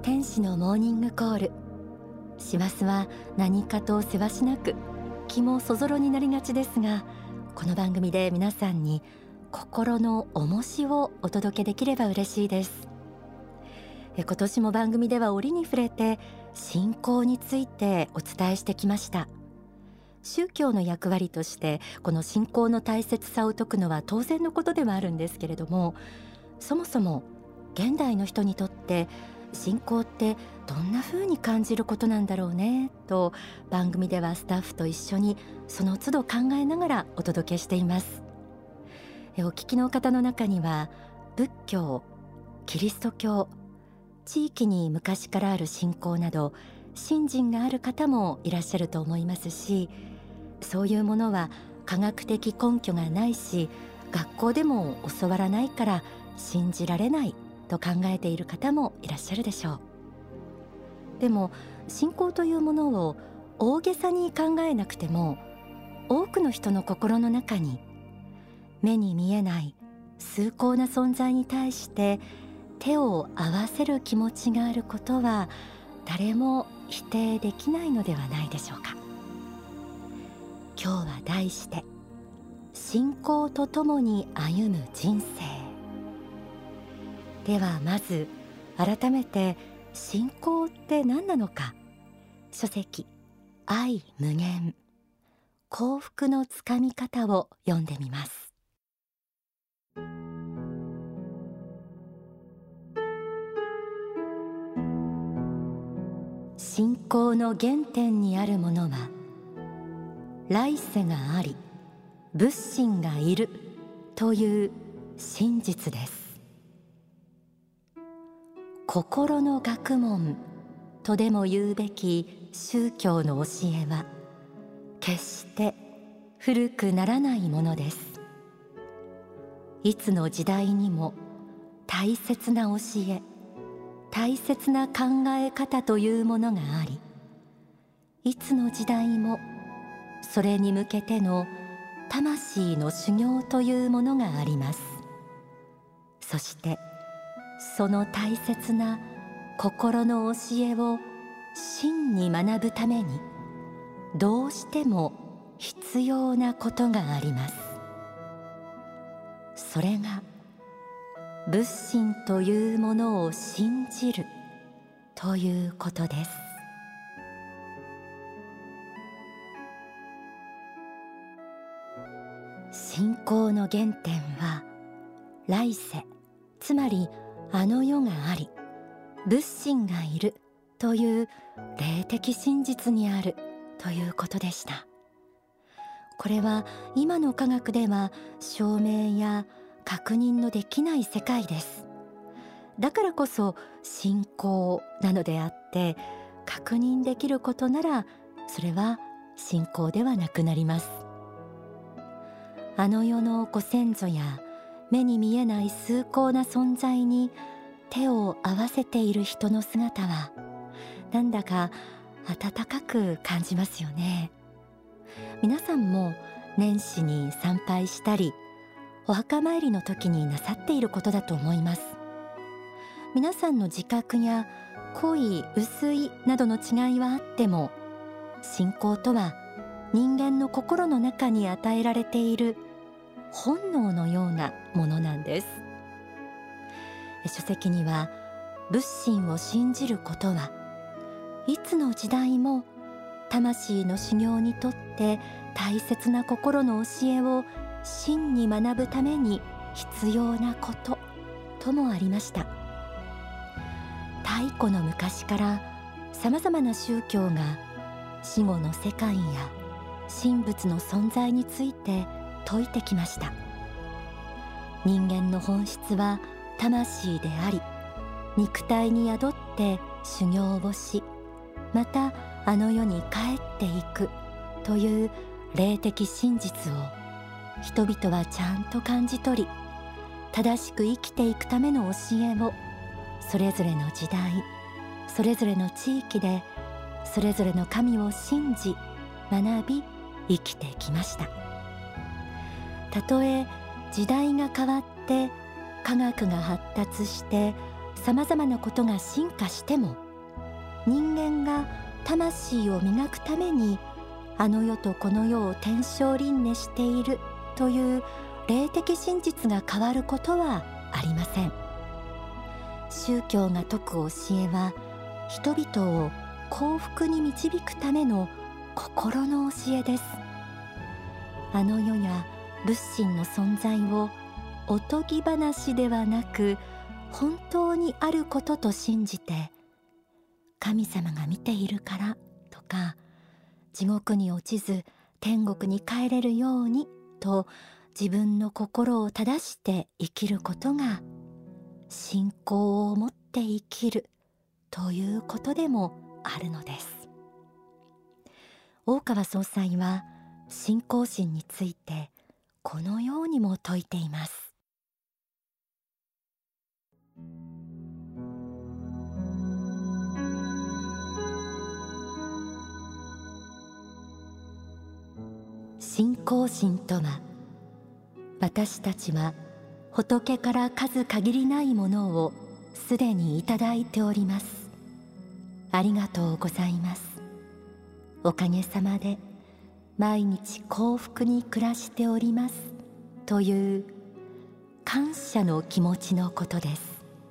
天使のモーニングコール。師走は何かとせわしなく気もそぞろになりがちですが、この番組で皆さんに心の重しをお届けできれば嬉しいです。今年も番組では折に触れて信仰についてお伝えしてきました。宗教の役割としてこの信仰の大切さを説くのは当然のことではあるんですけれども、そもそも現代の人にとって信仰ってどんな風に感じることなんだろうねと、番組ではスタッフと一緒にその都度考えながらお届けしています。お聞きの方の中には仏教、キリスト教、地域に昔からある信仰など信心がある方もいらっしゃると思いますし、そういうものは科学的根拠がないし学校でも教わらないから信じられないと考えている方もいらっしゃるでしょう。でも信仰というものを大げさに考えなくても、多くの人の心の中に目に見えない崇高な存在に対して手を合わせる気持ちがあることは誰も否定できないのではないでしょうか。今日は題して信仰とともに歩む人生。ではまず改めて信仰って何なのか、書籍愛無限、幸福のつかみ方を読んでみます。信仰の原点にあるものは来世があり仏心がいるという真実です。心の学問とでも言うべき宗教の教えは決して古くならないものです。いつの時代にも大切な教え、大切な考え方というものがあり、いつの時代もそれに向けての魂の修行というものがあります。そしてその大切な心の教えを真に学ぶためにどうしても必要なことがあります。それが仏心というものを信じるということです。信仰の原点は来世、つまりあの世があり仏心がいるという霊的真実にあるということでした。これは今の科学では証明や確認のできない世界です。だからこそ信仰なのであって、確認できることならそれは信仰ではなくなります。あの世のご先祖や目に見えない崇高な存在に手を合わせている人の姿はなんだか温かく感じますよね。皆さんも年始に参拝したりお墓参りの時になさっていることだと思います。皆さんの自覚や濃い薄いなどの違いはあっても、信仰とは人間の心の中に与えられている本能のようなものなんです。書籍には仏心を信じることはいつの時代も魂の修行にとって大切な心の教えを真に学ぶために必要なことともありました。太古の昔からさまざまな宗教が死後の世界や神仏の存在について説いてきました。人間の本質は魂であり、肉体に宿って修行をし、またあの世に帰っていくという霊的真実を人々はちゃんと感じ取り、正しく生きていくための教えをそれぞれの時代、それぞれの地域でそれぞれの神を信じ学び生きてきました。たとえ時代が変わって科学が発達してさまざまなことが進化しても、人間が魂を磨くためにあの世とこの世を天正輪廻しているという霊的真実が変わることはありません。宗教が説く教えは、人々を幸福に導くための心の教えです。あの世や仏心の存在をおとぎ話ではなく本当にあることと信じて、神様が見ているからとか、地獄に落ちず天国に帰れるようにと自分の心を正して生きることが、信仰を持って生きるということでもあるのです。大川総裁は信仰心についてこのようにも説いています。信仰心とは、私たちは仏から数限りないものをすでにいただいております。ありがとうございます。おかげさまで毎日幸福に暮らしておりますという感謝の気持ちのことです。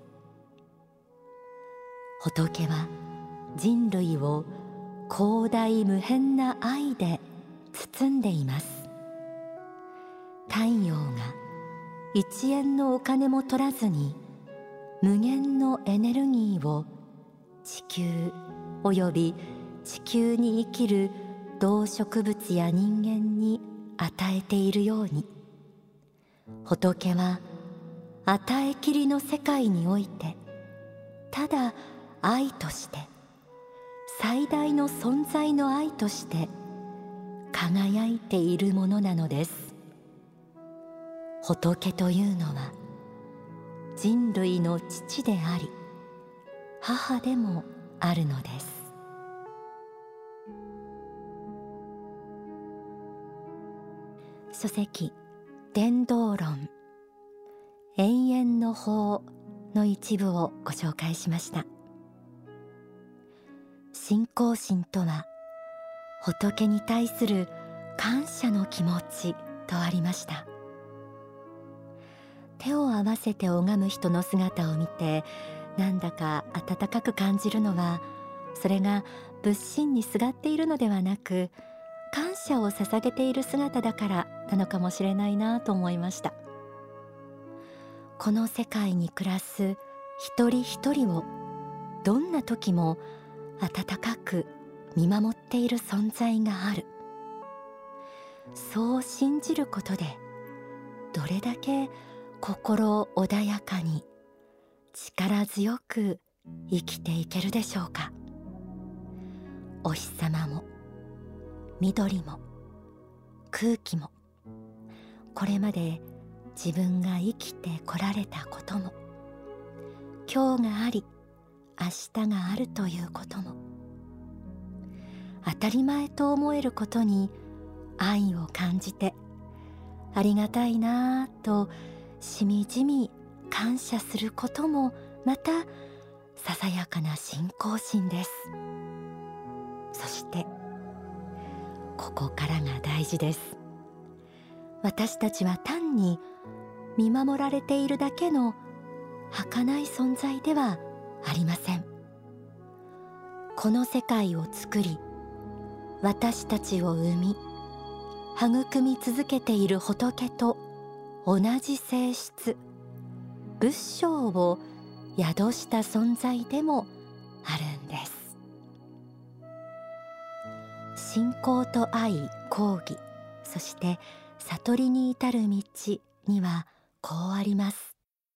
仏は人類を広大無辺な愛で包んでいます。太陽が1円のお金も取らずに無限のエネルギーを地球および地球に生きる動植物や人間に与えているように、仏は与えきりの世界においてただ愛として、最大の存在の愛として輝いているものなのです。仏というのは人類の父であり母でもあるのです。書籍伝道論永遠の法の一部をご紹介しました。信仰心とは、仏に対する感謝の気持ちとありました。手を合わせて拝む人の姿を見て、なんだか温かく感じるのは、それが仏心にすがっているのではなく、感謝を捧げている姿だからなのかもしれないなと思いました。この世界に暮らす一人一人をどんな時も温かく見守っている存在がある。そう信じることで、どれだけ心穏やかに力強く生きていけるでしょうか。お日様も緑も空気も、これまで自分が生きてこられたことも、今日があり明日があるということも、当たり前と思えることに愛を感じて、ありがたいなぁとしみじみ感謝することも、またささやかな信仰心です。そしてここからが大事です。私たちは単に見守られているだけの儚い存在ではありません。この世界を作り、私たちを生み育み続けている仏と同じ性質、仏性を宿した存在でもあるんです。信仰と愛、講義、そして悟りに至る道にはこうあります。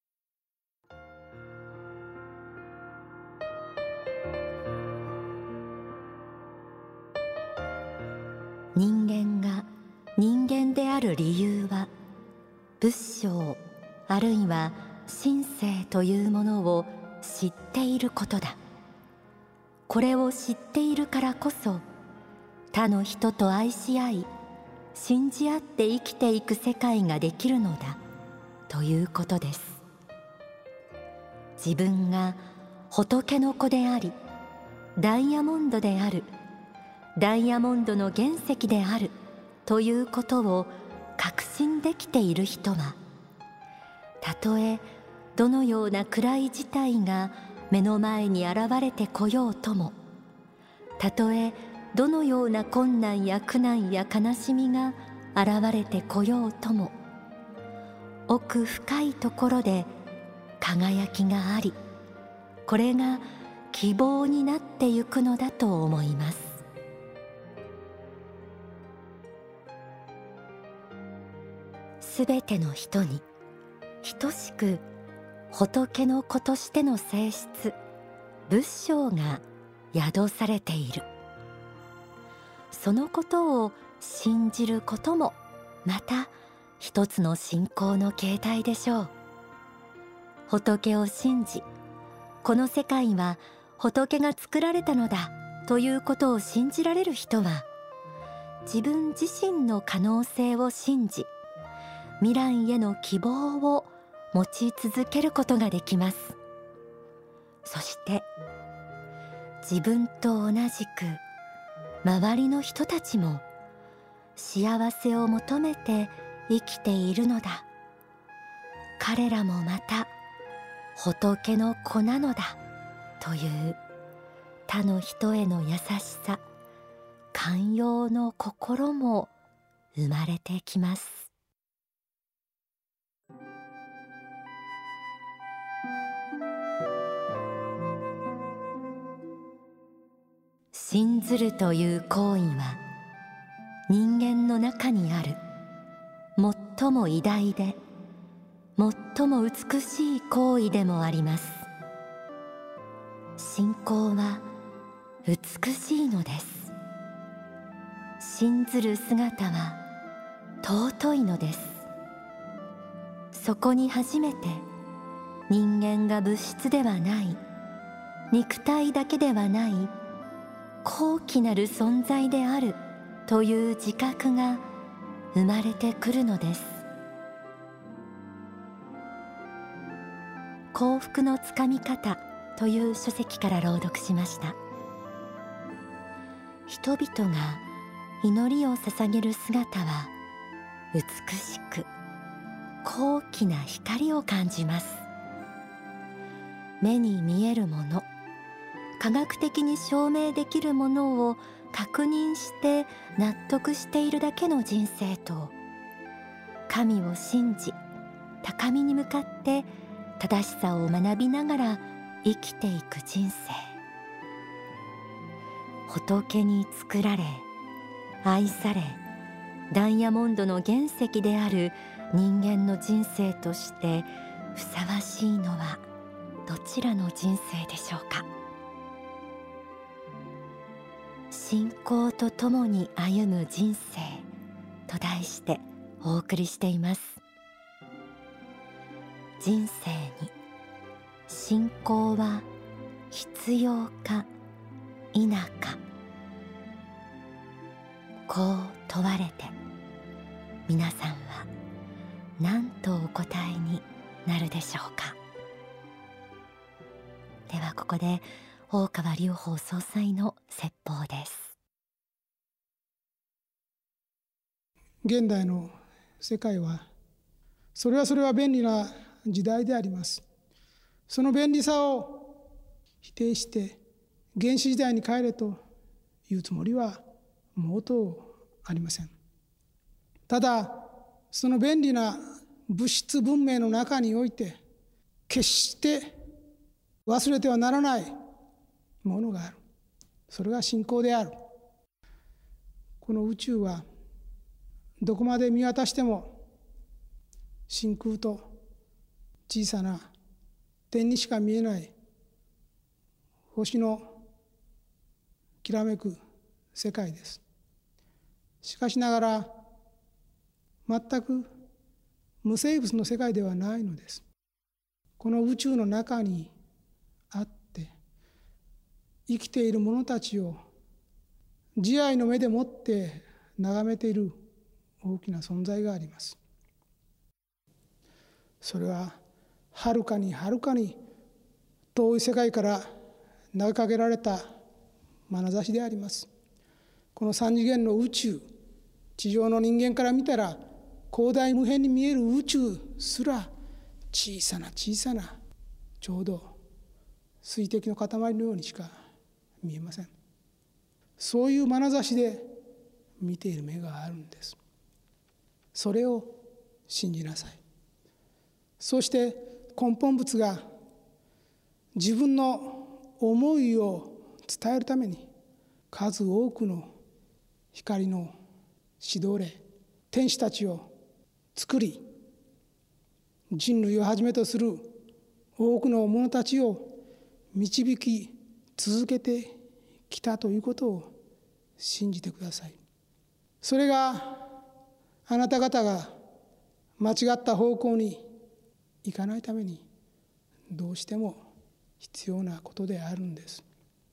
人間が人間である理由は、仏性あるいは神性というものを知っていることだ。これを知っているからこそ、他の人と愛し合い信じ合って生きていく世界ができるのだということです。 自分が仏の子であり、ダイヤモンドである、ダイヤモンドの原石であるということを確信できている人は、たとえどのような暗い事態が目の前に現れてこようとも、たとえどのような困難や苦難や悲しみが現れてこようとも、奥深いところで輝きがあり、これが希望になってゆくのだと思います。すべての人に等しく仏の子としての性質、仏性が宿されている。そのことを信じることもまた一つの信仰の形態でしょう。仏を信じ、この世界は仏が作られたのだということを信じられる人は、自分自身の可能性を信じ、未来への希望を持ち続けることができます。そして自分と同じく周りの人たちも幸せを求めて生きているのだ、彼らもまた仏の子なのだという他の人への優しさ、寛容の心も生まれてきます。信ずるという行為は人間の中にある最も偉大で最も美しい行為でもあります。信仰は美しいのです。信ずる姿は尊いのです。そこに初めて人間が物質ではない、肉体だけではない高貴なる存在であるという自覚が生まれてくるのです。幸福のつかみ方という書籍から朗読しました。人々が祈りを捧げる姿は美しく高貴な光を感じます。目に見えるもの、科学的に証明できるものを確認して納得しているだけの人生と、神を信じ高みに向かって正しさを学びながら生きていく人生、仏に作られ愛されダイヤモンドの原石である人間の人生としてふさわしいのはどちらの人生でしょうか。信仰とともに歩む人生と題してお送りしています。人生に信仰は必要か否か、こう問われて皆さんは何とお答えになるでしょうか。ではここで大川隆法総裁の説法です。 現代の世界はそれは便利な時代であります。その便利さを否定して原始時代に帰れというつもりは毛頭ありません。ただその便利な物質文明の中において決して忘れてはならないものがある。それが信仰である。この宇宙はどこまで見渡しても真空と小さな点にしか見えない星のきらめく世界です。しかしながら全く無生物の世界ではないのです。この宇宙の中にあって生きている者たちを慈愛の目でもって眺めている大きな存在があります。それははるかに遠い世界から投げかけられた眼差しであります。この三次元の宇宙、地上の人間から見たら広大無辺に見える宇宙すら小さなちょうど水滴の塊のようにしか見えません。そういう眼差しで見ている目があるんです。それを信じなさい。そして根本物が自分の思いを伝えるために数多くの光の指導霊、天使たちを作り、人類をはじめとする多くの者たちを導き続けてきたということを信じてください。それがあなた方が間違った方向に行かないためにどうしても必要なことであるんです。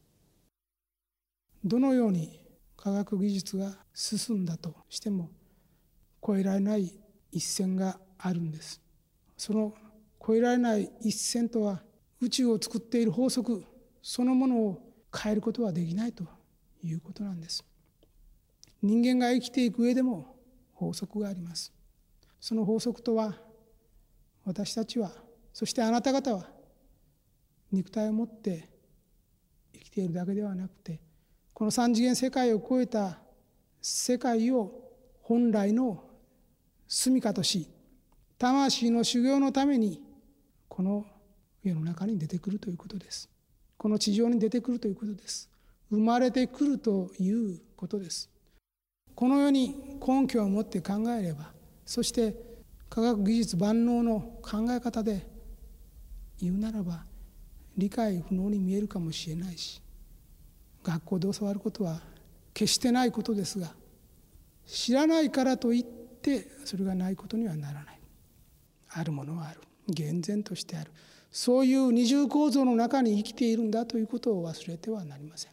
どのように科学技術が進んだとしても越えられない一線があるんです。その越えられない一線とは宇宙を作っている法則そのものを変えることはできないということなんです。人間が生きていく上でも法則があります。その法則とは、私たちは、そしてあなた方は肉体を持って生きているだけではなくて、この三次元世界を超えた世界を本来の住処とし、魂の修行のためにこの世の中に出てくるということです。この地上に出てくるということです。生まれてくるということです。この世に根拠を持って考えれば、そして科学技術万能の考え方で言うならば理解不能に見えるかもしれないし、学校で教わることは決してないことですが、知らないからといってそれがないことにはならない。あるものはある、厳然としてある、そういう二重構造の中に生きているんだということを忘れてはなりません。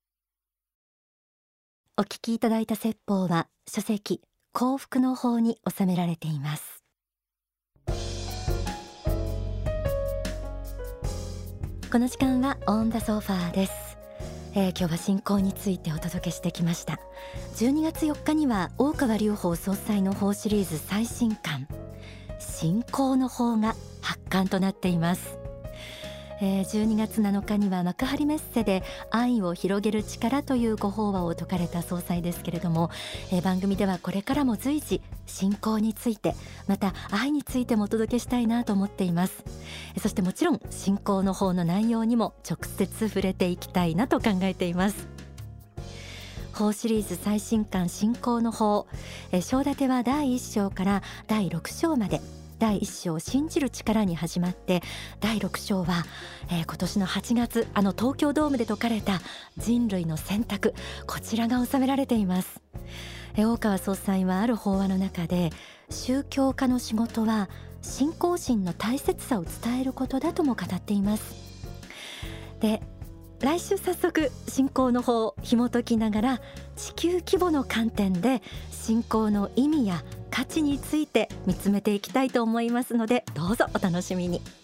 お聞きいただいた説法は書籍幸福の法に収められています。この時間はオンダソファーです。今日は信仰についてお届けしてきました。12月4日には大川隆法総裁の法シリーズ最新刊信仰の法が発刊となっています。12月7日には幕張メッセで愛を広げる力というご法話を説かれた総裁ですけれども、番組ではこれからも随時信仰について、また愛についてもお届けしたいなと思っています。そしてもちろん信仰の法の内容にも直接触れていきたいなと考えています。法シリーズ最新刊信仰の法、章立ては第1章から第6章まで、第1章信じる力に始まって、第6章は、今年の8月東京ドームで説かれた人類の選択、こちらが収められています。大川総裁はある法話の中で、宗教家の仕事は信仰心の大切さを伝えることだとも語っています。で、来週早速信仰の法を紐解きながら、地球規模の観点で信仰の意味や価値について見つめていきたいと思いますので、どうぞお楽しみに。